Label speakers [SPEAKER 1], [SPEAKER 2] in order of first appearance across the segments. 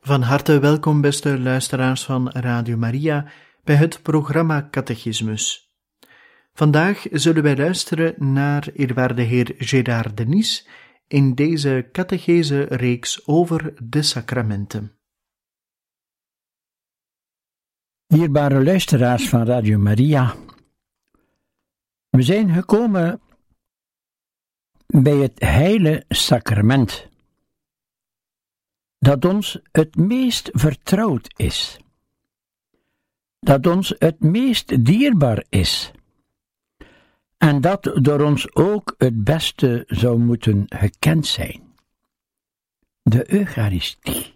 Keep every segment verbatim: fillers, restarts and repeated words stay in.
[SPEAKER 1] Van harte welkom, beste luisteraars van Radio Maria, bij het programma Catechismus. Vandaag zullen wij luisteren naar eerwaarde heer Gérard Denis in deze catechese-reeks over de sacramenten.
[SPEAKER 2] Dierbare luisteraars van Radio Maria, we zijn gekomen bij het heilige sacrament, dat ons het meest vertrouwd is, dat ons het meest dierbaar is, en dat door ons ook het beste zou moeten gekend zijn. De Eucharistie.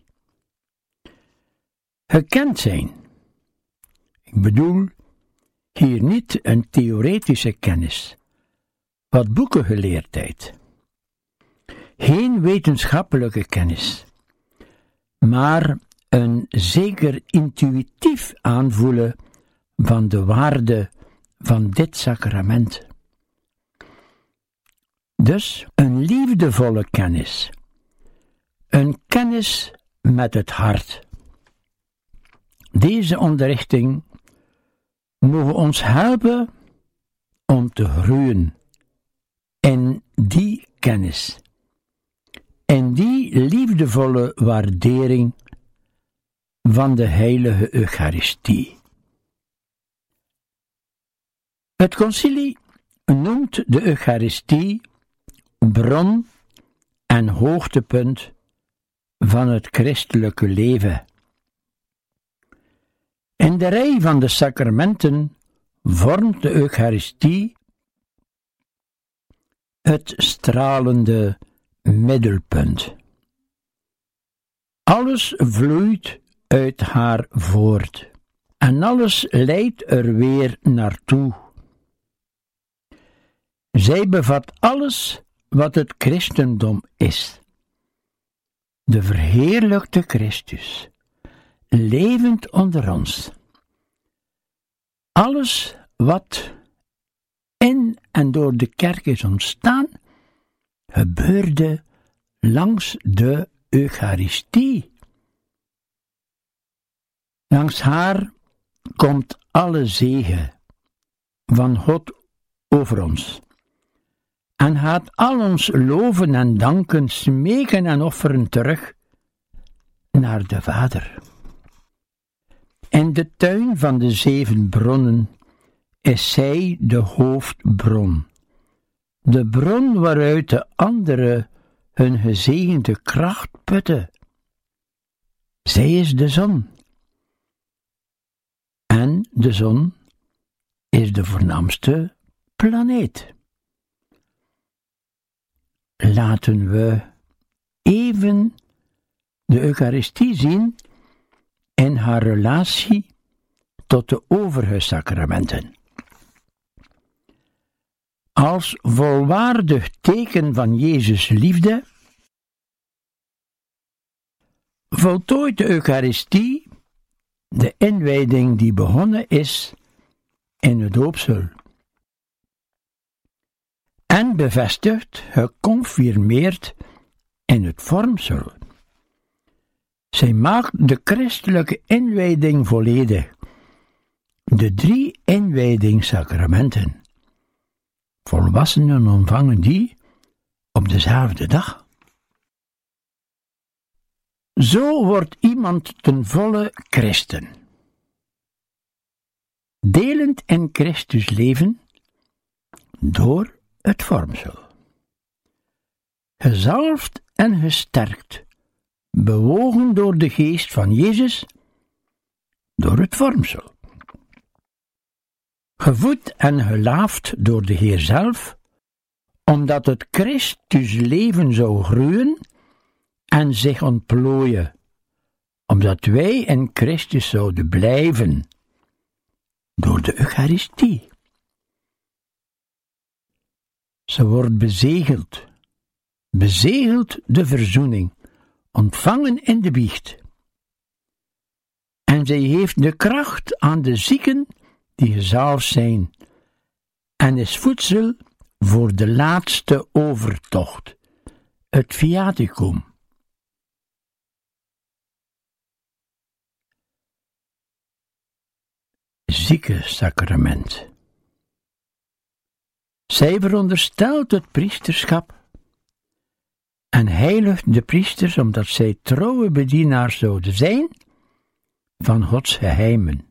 [SPEAKER 2] Gekend zijn. Ik bedoel hier niet een theoretische kennis, wat boekengeleerdheid. Geen wetenschappelijke kennis, maar een zeker intuïtief aanvoelen van de waarde van dit sacrament. Dus een liefdevolle kennis, een kennis met het hart. Deze onderrichting mogen ons helpen om te groeien in die kennis, in die liefdevolle waardering van de heilige Eucharistie. Het concilie noemt de Eucharistie bron en hoogtepunt van het christelijke leven. In de rij van de sacramenten vormt de Eucharistie het stralende middelpunt. Alles vloeit uit haar voort en alles leidt er weer naartoe. Zij bevat alles wat het christendom is. De verheerlijkte Christus, levend onder ons. Alles wat in en door de kerk is ontstaan, gebeurde langs de Eucharistie. Langs haar komt alle zegen van God over ons. En gaat al ons loven en danken, smeken en offeren terug naar de Vader. In de tuin van de zeven bronnen is zij de hoofdbron. De bron waaruit de anderen hun gezegende kracht putten. Zij is de zon. En de zon is de voornaamste planeet. Laten we even de Eucharistie zien in haar relatie tot de overige sacramenten. Als volwaardig teken van Jezus' liefde voltooit de Eucharistie de inwijding die begonnen is in het doopsel en bevestigd, geconfirmeerd in het vormsel. Zij maakt de christelijke inwijding volledig. De drie inwijdingssacramenten. Volwassenen ontvangen die op dezelfde dag. Zo wordt iemand ten volle christen. Delend in Christus leven door het vormsel. Gezalfd en gesterkt, bewogen door de geest van Jezus, door het vormsel. Gevoed en gelaafd door de Heer zelf, omdat het Christusleven zou groeien en zich ontplooien, omdat wij in Christus zouden blijven, door de Eucharistie. Ze wordt bezegeld, bezegeld de verzoening, ontvangen in de biecht. En zij heeft de kracht aan de zieken die gezalfd zijn, en is voedsel voor de laatste overtocht, het viaticum. ziekensacrament. Zij veronderstelt het priesterschap en heiligt de priesters omdat zij trouwe bedienaars zouden zijn van Gods geheimen.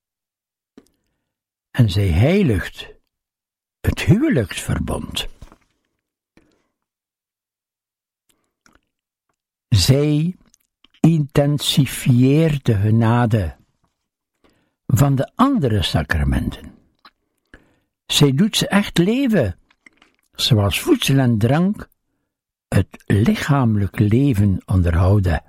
[SPEAKER 2] En zij heiligt het huwelijksverbond. Zij intensifieert de genade van de andere sacramenten. Zij doet ze echt leven, zoals voedsel en drank het lichamelijk leven onderhouden.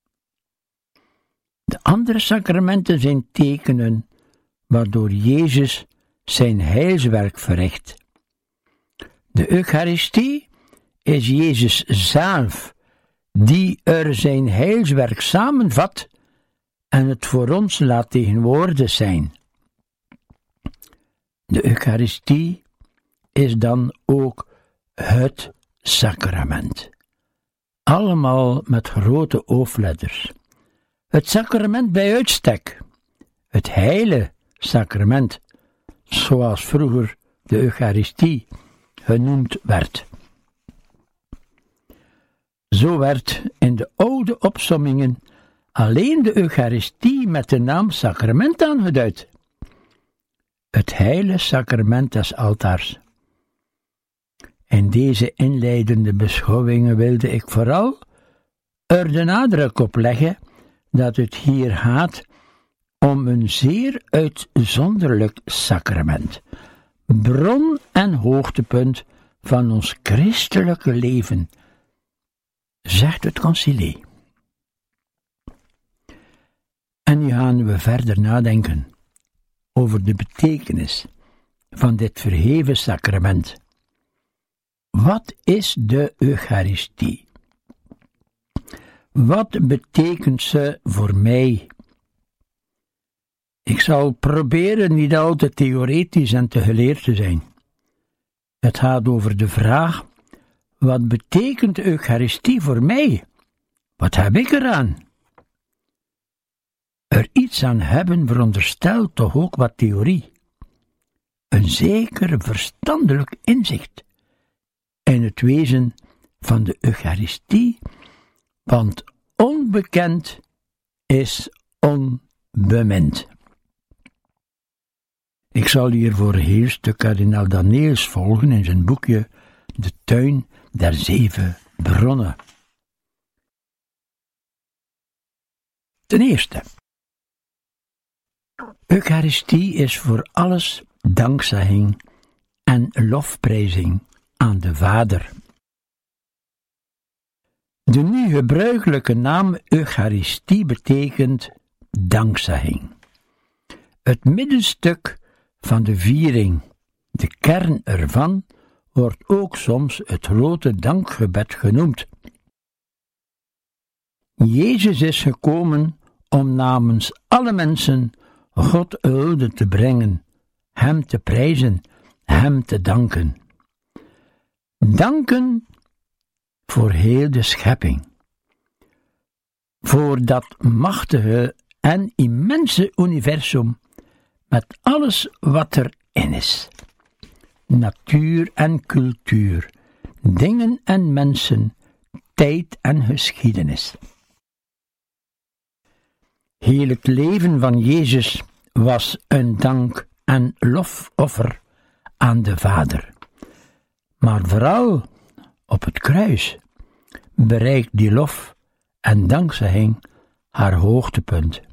[SPEAKER 2] De andere sacramenten zijn tekenen waardoor Jezus zijn heilswerk verricht. De Eucharistie is Jezus zelf, die er zijn heilswerk samenvat en het voor ons laat tegenwoordig zijn. De Eucharistie is dan ook het sacrament. Allemaal met grote hoofdletters. Het sacrament bij uitstek. Het heilige sacrament, zoals vroeger de Eucharistie genoemd werd. Zo werd in de oude opsommingen alleen de Eucharistie met de naam sacrament aangeduid. Het heilige sacrament des altaars. In deze inleidende beschouwingen wilde ik vooral er de nadruk op leggen dat het hier gaat om een zeer uitzonderlijk sacrament, bron en hoogtepunt van ons christelijke leven, zegt het concilie. En nu gaan we verder nadenken over de betekenis van dit verheven sacrament. Wat is de Eucharistie? Wat betekent ze voor mij? Ik zal proberen niet al te theoretisch en te geleerd te zijn. Het gaat over de vraag: wat betekent de Eucharistie voor mij? Wat heb ik eraan? Er iets aan hebben veronderstelt toch ook wat theorie. Een zeker verstandelijk inzicht in het wezen van de Eucharistie, want onbekend is onbemind. Ik zal hiervoor een heel stuk kardinaal Daniels volgen in zijn boekje De Tuin der Zeven Bronnen. Ten eerste, Eucharistie is voor alles dankzegging en lofprijzing aan de Vader. De nu gebruikelijke naam Eucharistie betekent dankzegging. Het middenstuk van de viering, de kern ervan, wordt ook soms het grote dankgebed genoemd. Jezus is gekomen om namens alle mensen God hulde te brengen, hem te prijzen, hem te danken. Danken voor heel de schepping. Voor dat machtige en immense universum met alles wat erin is. Natuur en cultuur, dingen en mensen, tijd en geschiedenis. Heel het leven van Jezus was een dank- en lofoffer aan de Vader. Maar vooral op het kruis bereikt die lof en dankzegging haar hoogtepunt.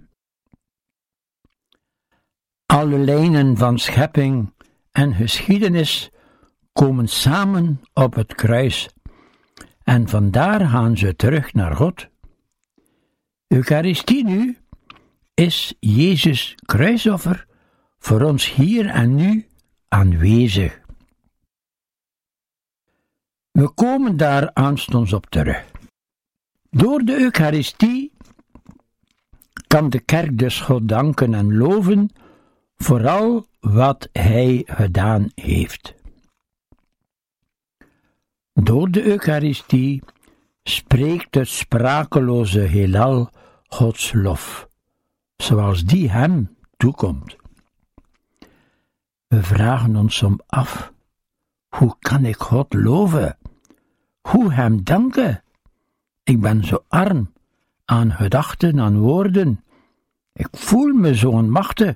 [SPEAKER 2] Alle lijnen van schepping en geschiedenis komen samen op het kruis en vandaar gaan ze terug naar God. Eucharistie nu is Jezus' kruisoffer voor ons hier en nu aanwezig. We komen daar aanstonds op terug. Door de Eucharistie kan de kerk dus God danken en loven voor al wat Hij gedaan heeft. Door de Eucharistie spreekt het sprakeloze heelal Gods lof, zoals die hem toekomt. We vragen ons soms af, hoe kan ik God loven? Hoe hem danken? Ik ben zo arm aan gedachten, aan woorden. Ik voel me zo onmachtig.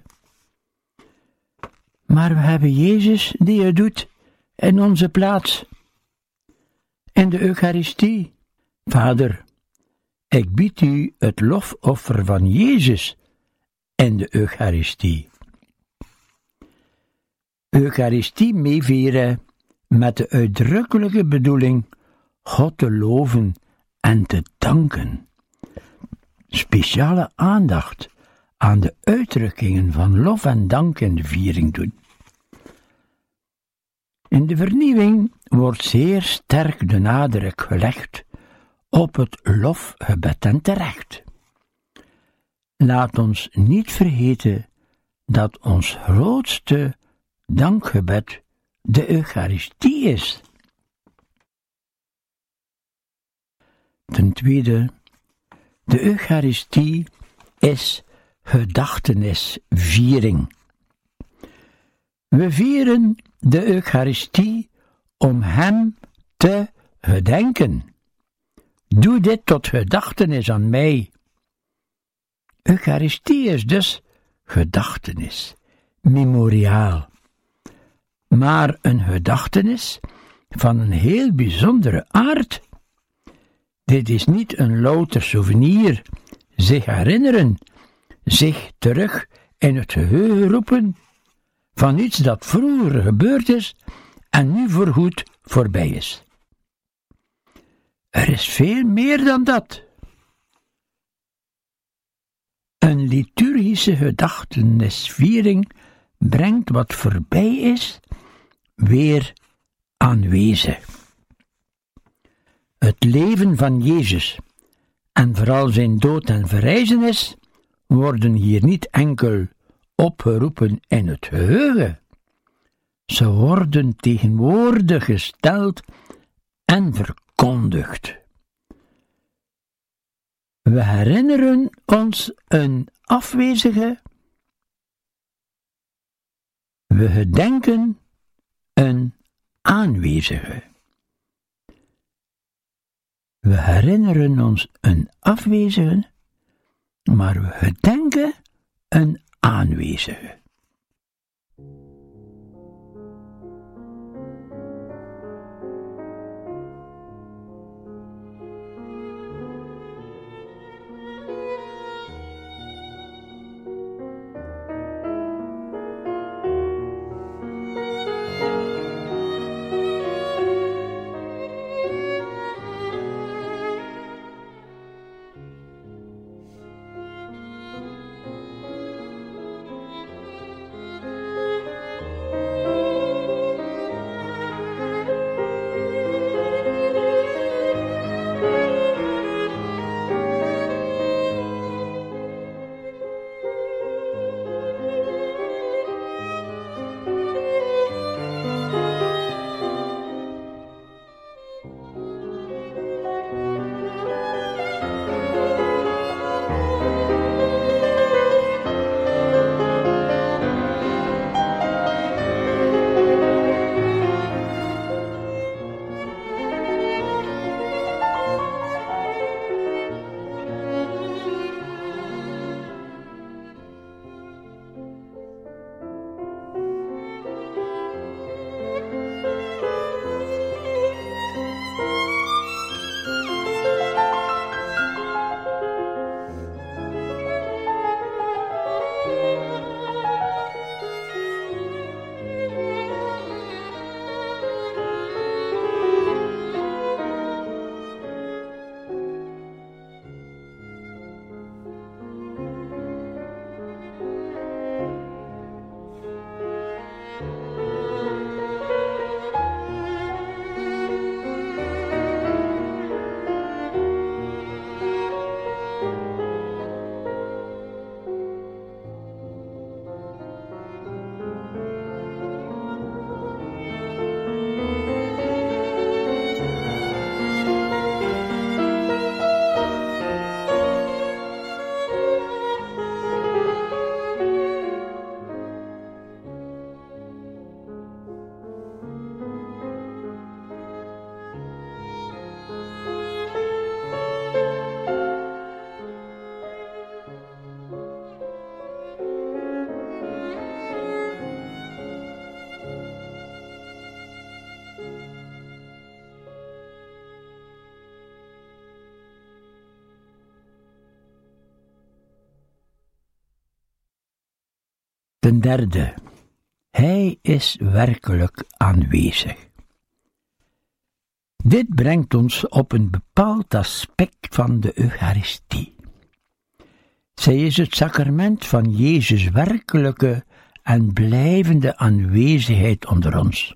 [SPEAKER 2] Maar we hebben Jezus die het doet in onze plaats. In de Eucharistie. Vader, ik bied u het lofoffer van Jezus in de Eucharistie. Eucharistie meevieren met de uitdrukkelijke bedoeling God te loven en te danken. Speciale aandacht aan de uitdrukkingen van lof en dank in de viering doen. In de vernieuwing wordt zeer sterk de nadruk gelegd op het lofgebed en terecht. Laat ons niet vergeten dat ons grootste dankgebed de Eucharistie is. Ten tweede, de Eucharistie is gedachtenisviering. We vieren de Eucharistie om Hem te gedenken. Doe dit tot gedachtenis aan mij. Eucharistie is dus gedachtenis, memoriaal. Maar een gedachtenis van een heel bijzondere aard. Dit is niet een louter souvenir, zich herinneren, zich terug in het geheugen roepen van iets dat vroeger gebeurd is en nu voorgoed voorbij is. Er is veel meer dan dat. Een liturgische gedachtenisviering brengt wat voorbij is weer aanwezig. Het leven van Jezus en vooral zijn dood en verrijzenis worden hier niet enkel opgeroepen in het geheugen. Ze worden tegenwoordig gesteld en verkondigd. We herinneren ons een afwezige, we gedenken een aanwezige. We herinneren ons een afwezige, maar we gedenken een aanwezige. Ten derde, hij is werkelijk aanwezig. Dit brengt ons op een bepaald aspect van de Eucharistie. Zij is het sacrament van Jezus' werkelijke en blijvende aanwezigheid onder ons.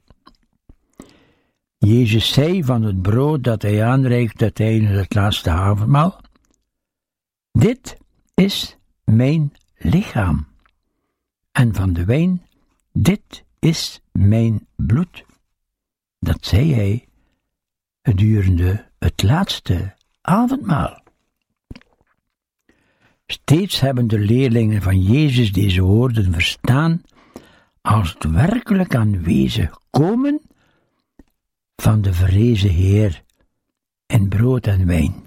[SPEAKER 2] Jezus zei van het brood dat hij aanreikte tijdens het laatste avondmaal: dit is mijn lichaam. En van de wijn: dit is mijn bloed. Dat zei hij gedurende het laatste avondmaal. Steeds hebben de leerlingen van Jezus deze woorden verstaan als het werkelijk aanwezig komen van de verrezen Heer in brood en wijn.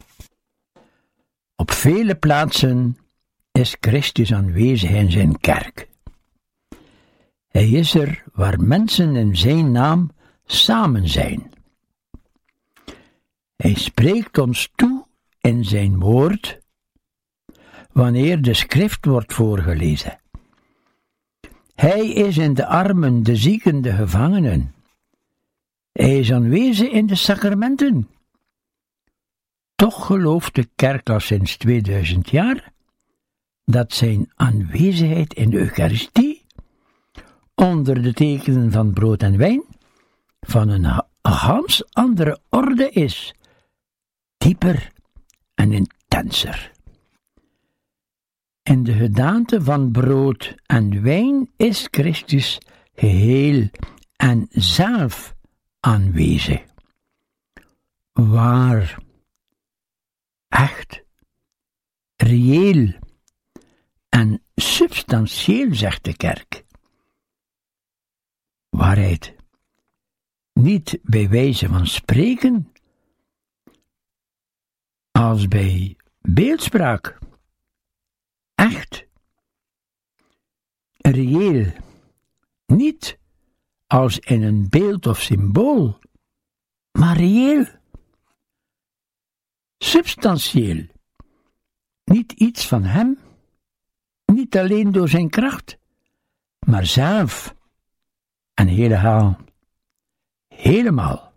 [SPEAKER 2] Op vele plaatsen is Christus aanwezig in zijn kerk. Hij is er waar mensen in zijn naam samen zijn. Hij spreekt ons toe in zijn woord, wanneer de schrift wordt voorgelezen. Hij is in de armen, de zieken, de gevangenen. Hij is aanwezig in de sacramenten. Toch gelooft de kerk al sinds tweeduizend jaar dat zijn aanwezigheid in de Eucharistie onder de tekenen van brood en wijn van een gans andere orde is, dieper en intenser. In de gedaante van brood en wijn is Christus geheel en zelf aanwezig. Waar, echt, reëel en substantieel, zegt de kerk. Waarheid. Niet bij wijze van spreken, als bij beeldspraak. Echt. Reëel. Niet als in een beeld of symbool, maar reëel. Substantieel. Niet iets van hem, niet alleen door zijn kracht, maar zelf en helemaal. Helemaal.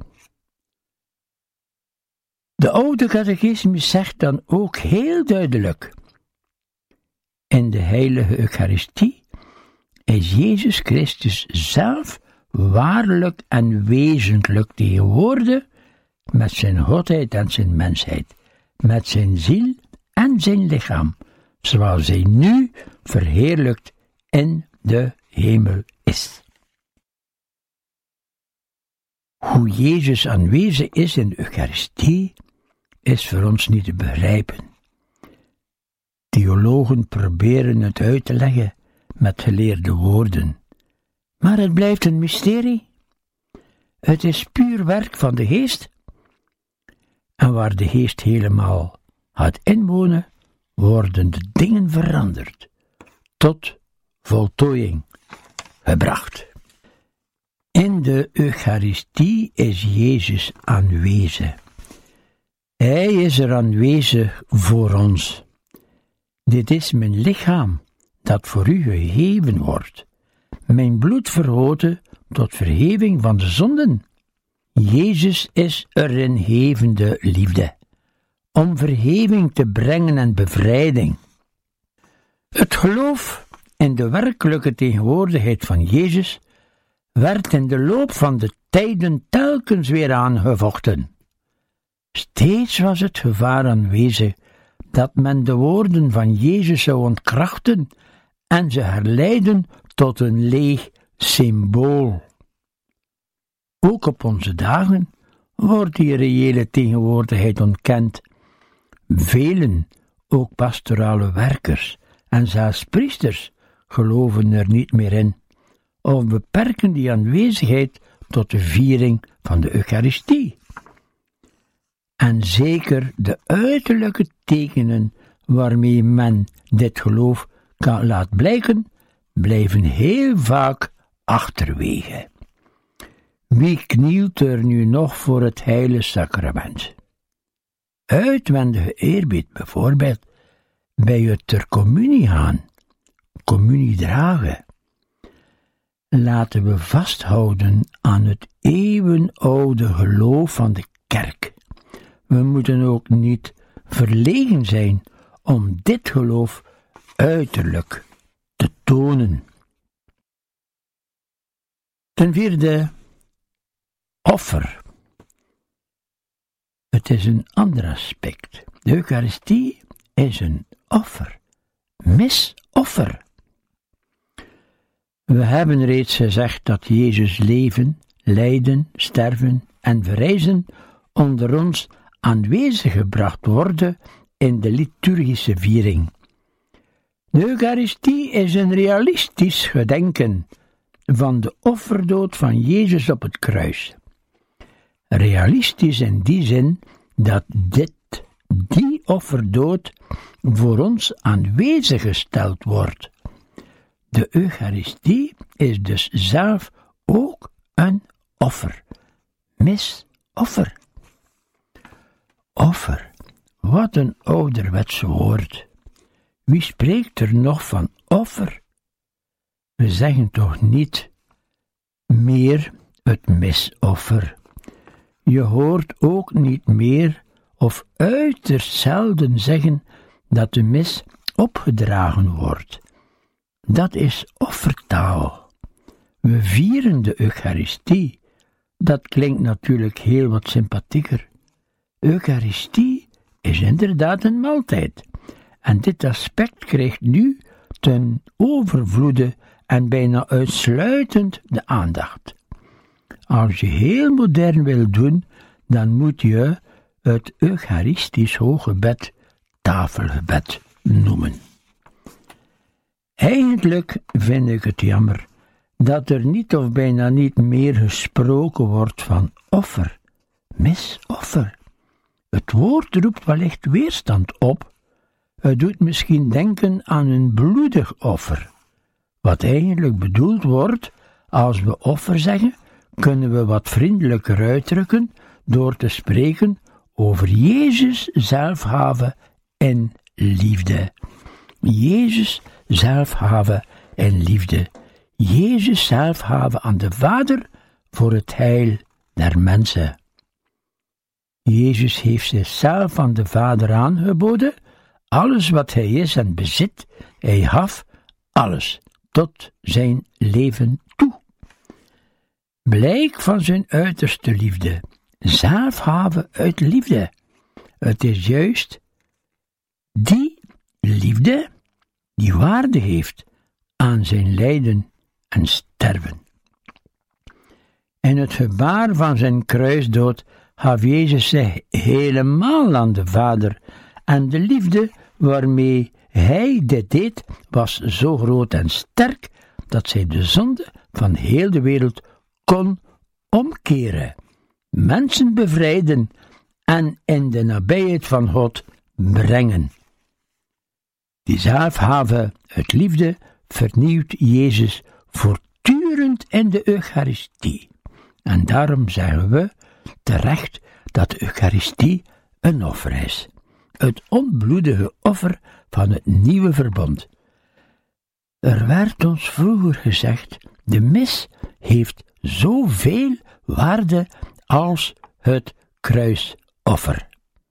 [SPEAKER 2] De oude catechismus zegt dan ook heel duidelijk: in de heilige Eucharistie is Jezus Christus zelf waarlijk en wezenlijk tegenwoordig met zijn godheid en zijn mensheid, met zijn ziel en zijn lichaam, zoals hij nu verheerlijkt in de hemel is. Hoe Jezus aanwezig is in de Eucharistie is voor ons niet te begrijpen. Theologen proberen het uit te leggen met geleerde woorden, maar het blijft een mysterie. Het is puur werk van de Geest. En waar de Geest helemaal gaat inwonen, worden de dingen veranderd, tot voltooiing gebracht. In de Eucharistie is Jezus aanwezig. Hij is er aanwezig voor ons. Dit is mijn lichaam, dat voor u gegeven wordt. Mijn bloed vergoten tot vergeving van de zonden. Jezus is er in gevende liefde, om vergeving te brengen en bevrijding. Het geloof in de werkelijke tegenwoordigheid van Jezus werd in de loop van de tijden telkens weer aangevochten. Steeds was het gevaar aanwezig dat men de woorden van Jezus zou ontkrachten en ze herleiden tot een leeg symbool. Ook op onze dagen wordt die reële tegenwoordigheid ontkend. Velen, ook pastorale werkers en zelfs priesters, geloven er niet meer in, of beperken die aanwezigheid tot de viering van de Eucharistie. En zeker de uiterlijke tekenen waarmee men dit geloof kan laten blijken, blijven heel vaak achterwege. Wie knielt er nu nog voor het heilige sacrament? Uitwendige eerbied bijvoorbeeld bij het ter communie gaan communie dragen. Laten we vasthouden aan het eeuwenoude geloof van de kerk. We moeten ook niet verlegen zijn om dit geloof uiterlijk te tonen. Ten vierde, offer. Het is een ander aspect. De Eucharistie is een offer. Misoffer. We hebben reeds gezegd dat Jezus leven, lijden, sterven en verrijzen onder ons aanwezig gebracht worden in de liturgische viering. De Eucharistie is een realistisch gedenken van de offerdood van Jezus op het kruis. Realistisch in die zin dat dit, die offerdood voor ons aanwezig gesteld wordt. De Eucharistie is dus zelf ook een offer. Misoffer. Offer. Wat een ouderwets woord. Wie spreekt er nog van offer? We zeggen toch niet meer het misoffer. Je hoort ook niet meer of uiterst zelden zeggen dat de mis opgedragen wordt. Dat is offertaal. We vieren de Eucharistie. Dat klinkt natuurlijk heel wat sympathieker. Eucharistie is inderdaad een maaltijd. En dit aspect krijgt nu ten overvloede en bijna uitsluitend de aandacht. Als je heel modern wil doen, dan moet je het Eucharistisch hooggebed tafelgebed noemen. Eigenlijk vind ik het jammer dat er niet of bijna niet meer gesproken wordt van offer, misoffer. Het woord roept wellicht weerstand op. Het doet misschien denken aan een bloedig offer. Wat eigenlijk bedoeld wordt, als we offer zeggen, kunnen we wat vriendelijker uitdrukken door te spreken over Jezus zelfgave en liefde. Jezus zelfgave en liefde. Jezus zelfgave aan de Vader voor het heil der mensen. Jezus heeft zichzelf aan de Vader aangeboden, alles wat hij is en bezit, hij gaf alles tot zijn leven toe. Blijk van zijn uiterste liefde, zelfgave uit liefde. Het is juist die liefde die waarde heeft aan zijn lijden en sterven. In het gebaar van zijn kruisdood gaf Jezus zich helemaal aan de Vader, en de liefde waarmee hij dit deed was zo groot en sterk dat zij de zonde van heel de wereld kon omkeren, mensen bevrijden en in de nabijheid van God brengen. Die zelfgave uit liefde vernieuwt Jezus voortdurend in de Eucharistie. En daarom zeggen we terecht dat de Eucharistie een offer is. Het onbloedige offer van het nieuwe verbond. Er werd ons vroeger gezegd, de mis heeft zoveel waarde als het kruisoffer.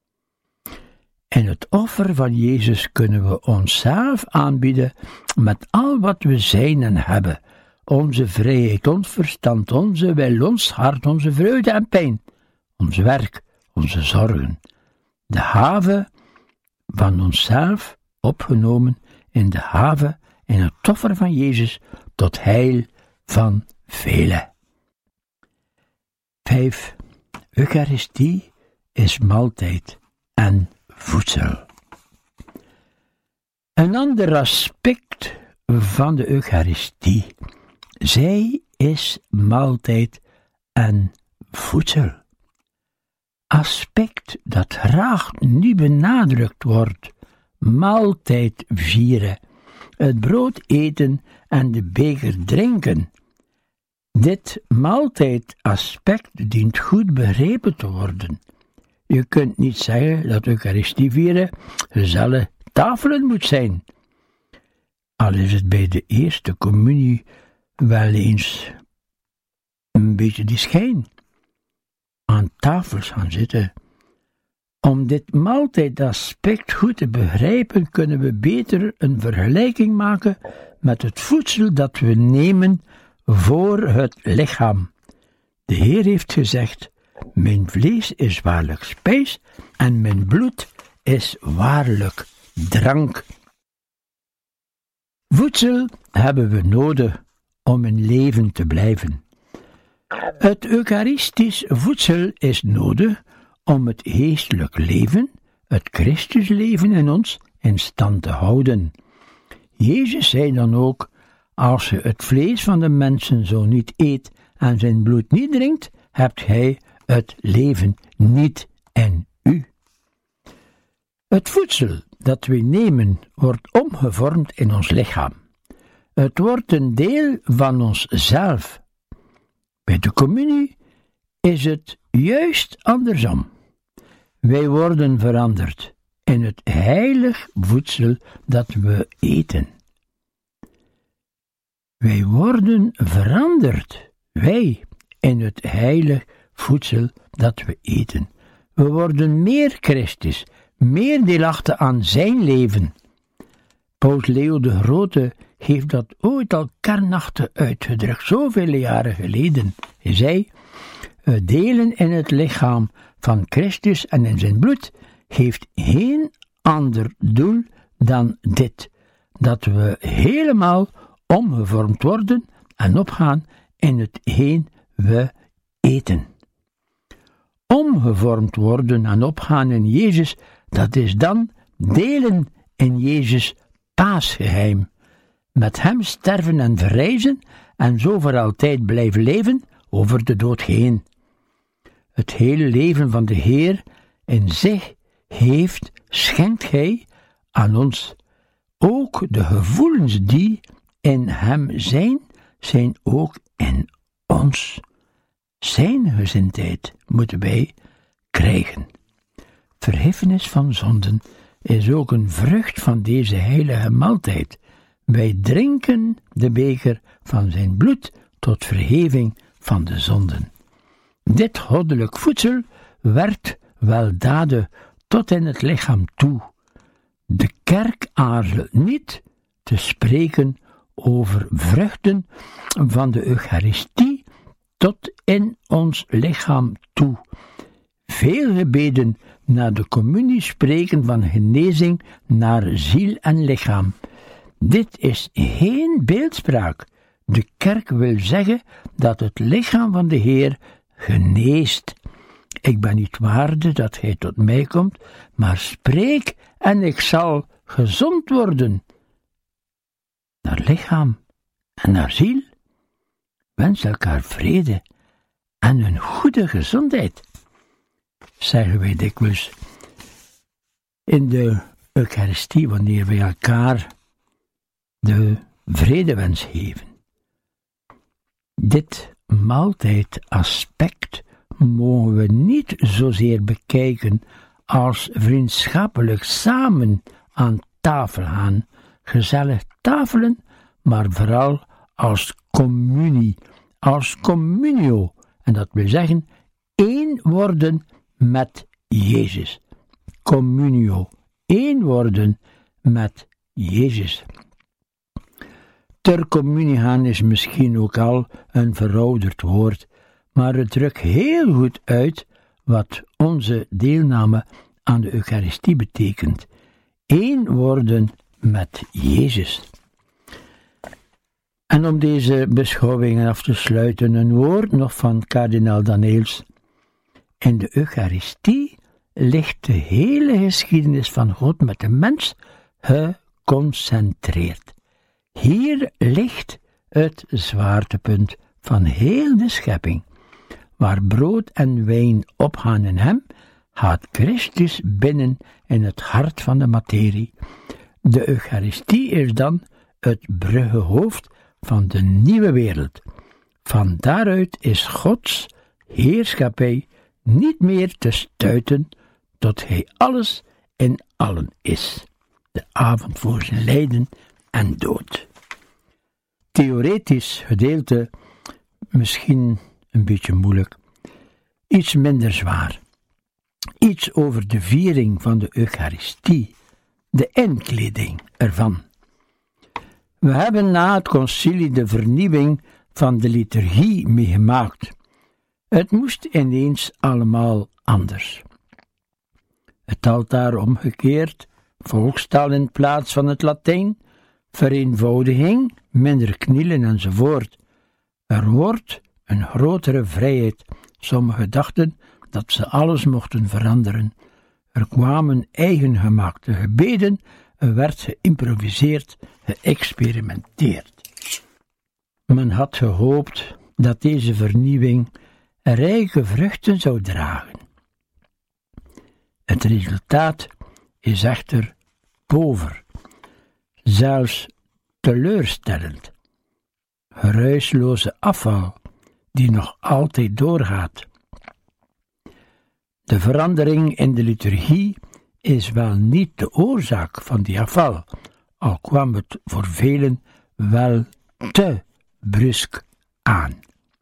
[SPEAKER 2] In het offer van Jezus kunnen we onszelf aanbieden met al wat we zijn en hebben. Onze vrijheid, ons verstand, onze wil, ons hart, onze vreugde en pijn. Ons werk, onze zorgen. De have van onszelf opgenomen in de have in het offer van Jezus tot heil van velen. Vijf. Eucharistie is maaltijd en voedsel. Een ander aspect van de Eucharistie. Zij is maaltijd en voedsel. Aspect dat graag nu benadrukt wordt. Maaltijd vieren. Het brood eten en de beker drinken. Dit maaltijdaspect dient goed begrepen te worden. Je kunt niet zeggen dat Eucharistie vieren gezellig tafelen moet zijn. al is het bij de eerste communie wel eens een beetje die schijn, aan tafels gaan zitten. Om dit maaltijdaspect goed te begrijpen, kunnen we beter een vergelijking maken met het voedsel dat we nemen voor het lichaam. De Heer heeft gezegd: mijn vlees is waarlijk spijs en mijn bloed is waarlijk drank. Voedsel hebben we nodig om in leven te blijven. Het eucharistisch voedsel is nodig om het geestelijk leven, het Christusleven in ons, in stand te houden. Jezus zei dan ook: als je het vlees van de mensen zo niet eet en zijn bloed niet drinkt, hebt gij het leven niet in u. Het voedsel dat we nemen wordt omgevormd in ons lichaam. Het wordt een deel van onszelf. Bij de communie is het juist andersom. Wij worden veranderd in het heilig voedsel dat we eten. Wij worden veranderd, wij, in het heilig voedsel dat we eten. We worden meer Christus, meer deelachtig aan zijn leven. Paus Leo de Grote heeft dat ooit al kernachtig uitgedrukt, zoveel jaren geleden. Hij zei: het delen in het lichaam van Christus en in zijn bloed heeft geen ander doel dan dit, dat we helemaal omgevormd worden en opgaan in hetgeen we eten. Omgevormd worden en opgaan in Jezus, dat is dan delen in Jezus' paasgeheim. Met hem sterven en verrijzen en zo voor altijd blijven leven over de dood heen. Het hele leven van de Heer in zich heeft, schenkt hij aan ons. Ook de gevoelens die in hem zijn, zijn ook in ons. Zijn gezindheid moeten wij krijgen. Vergiffenis van zonden is ook een vrucht van deze heilige maaltijd. Wij drinken de beker van zijn bloed tot vergeving van de zonden. Dit goddelijk voedsel werd weldadig tot in het lichaam toe. De kerk aarzelt niet te spreken over vruchten van de Eucharistie tot in ons lichaam toe. Veel gebeden na de communie spreken van genezing naar ziel en lichaam. Dit is geen beeldspraak. De kerk wil zeggen dat het lichaam van de Heer geneest. Ik ben niet waardig dat gij tot mij komt, maar spreek en ik zal gezond worden. Naar lichaam en naar ziel. Wens elkaar vrede en een goede gezondheid, zeggen wij dikwijls in de Eucharistie, wanneer wij elkaar de vredewens geven. Dit maaltijdaspect mogen we niet zozeer bekijken als vriendschappelijk samen aan tafel gaan, gezellig tafelen, maar vooral als communie, als communio, en dat wil zeggen één worden met Jezus. Communio, één worden met Jezus. Ter communie gaan is misschien ook al een verouderd woord, maar het drukt heel goed uit wat onze deelname aan de Eucharistie betekent. Eén worden met Jezus. En om deze beschouwingen af te sluiten, een woord nog van kardinaal Daneels. In de Eucharistie ligt de hele geschiedenis van God met de mens geconcentreerd. Hier ligt het zwaartepunt van heel de schepping. Waar brood en wijn opgaan in hem, gaat Christus binnen in het hart van de materie. De Eucharistie is dan het bruggenhoofd van de nieuwe wereld. Van daaruit is Gods heerschappij niet meer te stuiten, tot hij alles in allen is. De avond voor zijn lijden en dood. Theoretisch gedeelte, misschien een beetje moeilijk, iets minder zwaar. Iets over de viering van de Eucharistie, de inkleding ervan. We hebben na het concilie de vernieuwing van de liturgie meegemaakt. Het moest ineens allemaal anders. Het altaar omgekeerd, volkstaal in plaats van het Latijn, vereenvoudiging, minder knielen enzovoort. Er wordt een grotere vrijheid. Sommigen dachten dat ze alles mochten veranderen. Er kwamen eigengemaakte gebeden, er werd geïmproviseerd, geëxperimenteerd. Men had gehoopt dat deze vernieuwing rijke vruchten zou dragen. Het resultaat is echter pover, zelfs teleurstellend. Geruisloze afval die nog altijd doorgaat. De verandering in de liturgie is wel niet de oorzaak van die afval, al kwam het voor velen wel te brusk aan.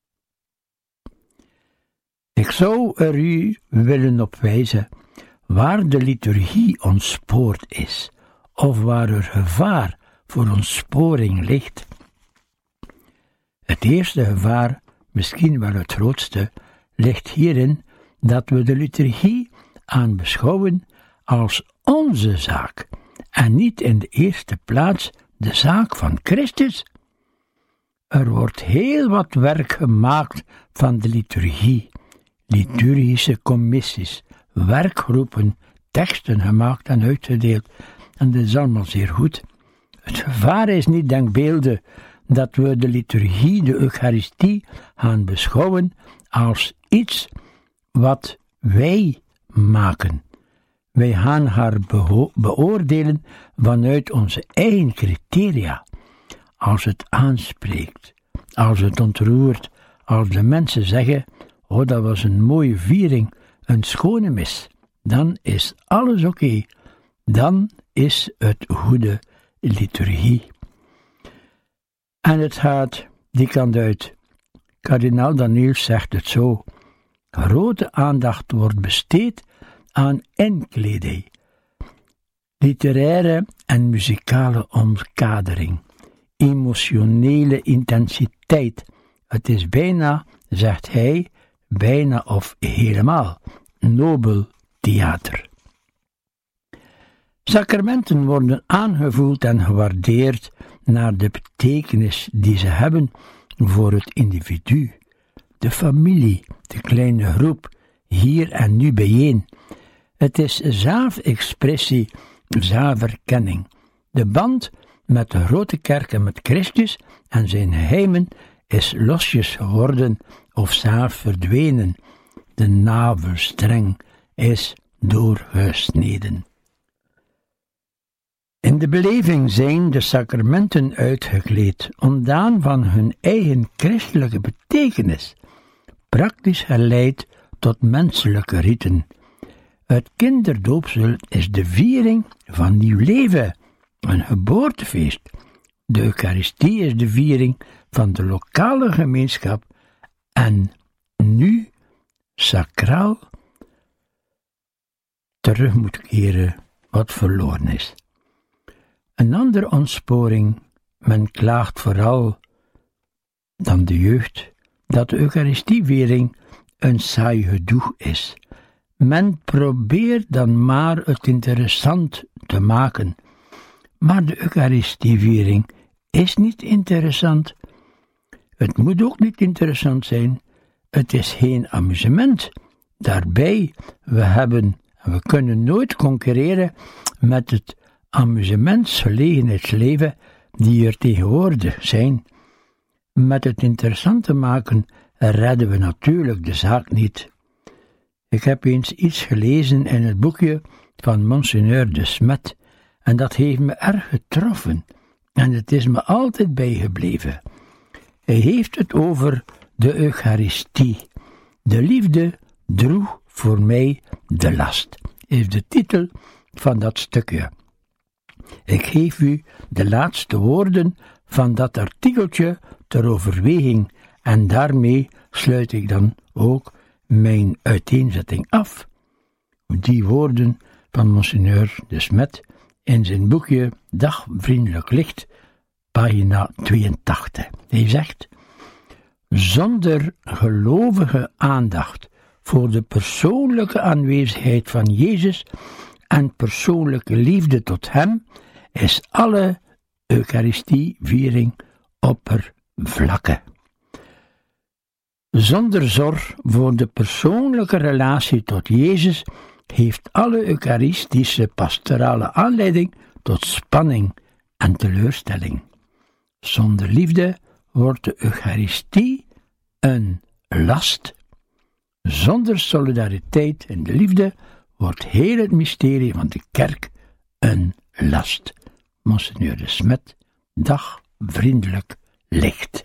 [SPEAKER 2] Ik zou er u willen op wijzen waar de liturgie ontspoord is, of waar er gevaar voor ontsporing ligt. Het eerste gevaar, misschien wel het grootste, ligt hierin dat we de liturgie aanbeschouwen als onze zaak en niet in de eerste plaats de zaak van Christus. Er wordt heel wat werk gemaakt van de liturgie, liturgische commissies, werkgroepen, teksten gemaakt en uitgedeeld, en dat is allemaal zeer goed. Het gevaar is niet denkbeelden dat we de liturgie, de Eucharistie, gaan beschouwen als iets wat wij maken. Wij gaan haar beho- beoordelen vanuit onze eigen criteria. Als het aanspreekt, als het ontroert, als de mensen zeggen, oh, dat was een mooie viering, een schone mis, dan is alles oké. Okay. Dan is het goede liturgie. En het gaat die kant uit. Kardinaal Daniels zegt het zo: grote aandacht wordt besteed aan inkleding, literaire en muzikale omkadering, emotionele intensiteit. Het is bijna, zegt hij, bijna of helemaal nobel theater. Sacramenten worden aangevoeld en gewaardeerd naar de betekenis die ze hebben voor het individu, de familie, de kleine groep, hier en nu bijeen. Het is zelfexpressie, zelferkenning. De band met de grote kerk en met Christus en zijn geheimen is losjes geworden of zelf verdwenen. De navelstreng is doorgesneden. In de beleving zijn de sacramenten uitgekleed, ontdaan van hun eigen christelijke betekenis, praktisch geleid tot menselijke riten. Het kinderdoopsel is de viering van nieuw leven, een geboortefeest. De Eucharistie is de viering van de lokale gemeenschap en nu sacraal terug moet keren wat verloren is. Een andere ontsporing, men klaagt vooral dan de jeugd, dat de Eucharistieviering een saai gedoe is. Men probeert dan maar het interessant te maken. Maar de Eucharistieviering is niet interessant. Het moet ook niet interessant zijn. Het is geen amusement. Daarbij, we hebben, we kunnen nooit concurreren met het amusementsgelegenheidsleven die er tegenwoordig zijn. Met het interessant te maken redden we natuurlijk de zaak niet. Ik heb eens iets gelezen in het boekje van Monseigneur de Smet en dat heeft me erg getroffen en het is me altijd bijgebleven. Hij heeft het over de Eucharistie. De liefde droeg voor mij de last, is de titel van dat stukje. Ik geef u de laatste woorden van dat artikeltje ter overweging en daarmee sluit ik dan ook mijn uiteenzetting af. Die woorden van Monseigneur de Smet in zijn boekje Dag Vriendelijk Licht, pagina tweeëntachtig. Hij zegt: zonder gelovige aandacht voor de persoonlijke aanwezigheid van Jezus en persoonlijke liefde tot Hem is alle Eucharistieviering oppervlakke. Zonder zorg voor de persoonlijke relatie tot Jezus heeft alle Eucharistische pastorale aanleiding tot spanning en teleurstelling. Zonder liefde wordt de Eucharistie een last. Zonder solidariteit en de liefde wordt heel het mysterie van de kerk een last. Monseigneur de Smet, Dag Vriendelijk Licht.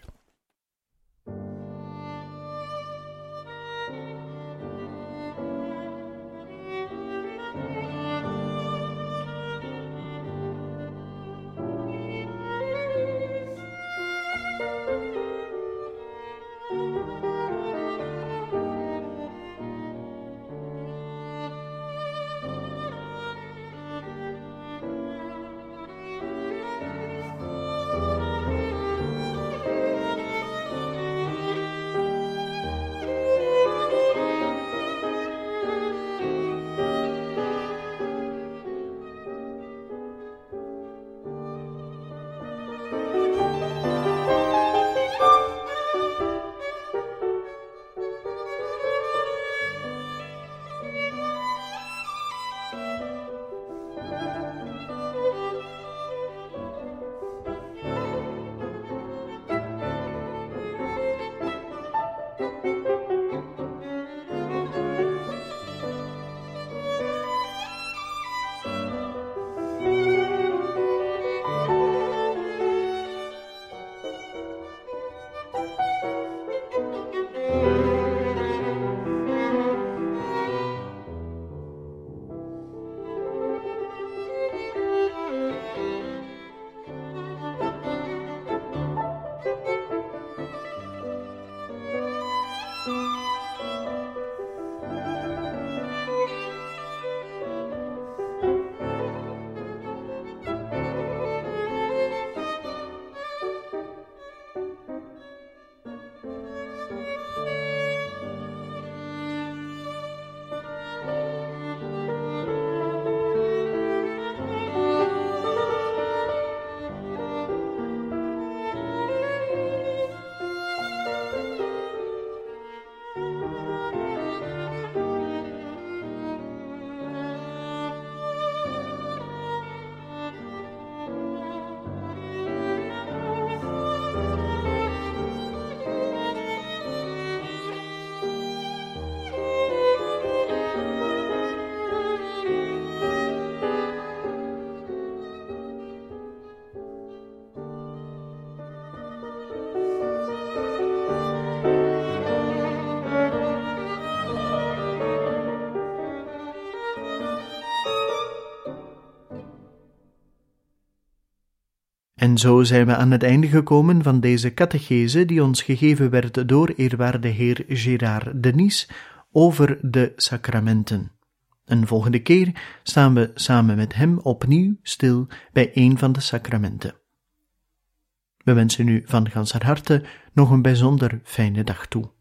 [SPEAKER 1] En zo zijn we aan het einde gekomen van deze catechese die ons gegeven werd door eerwaarde heer Gérard Denis over de sacramenten. Een volgende keer staan we samen met hem opnieuw stil bij een van de sacramenten. We wensen u van ganser harte nog een bijzonder fijne dag toe.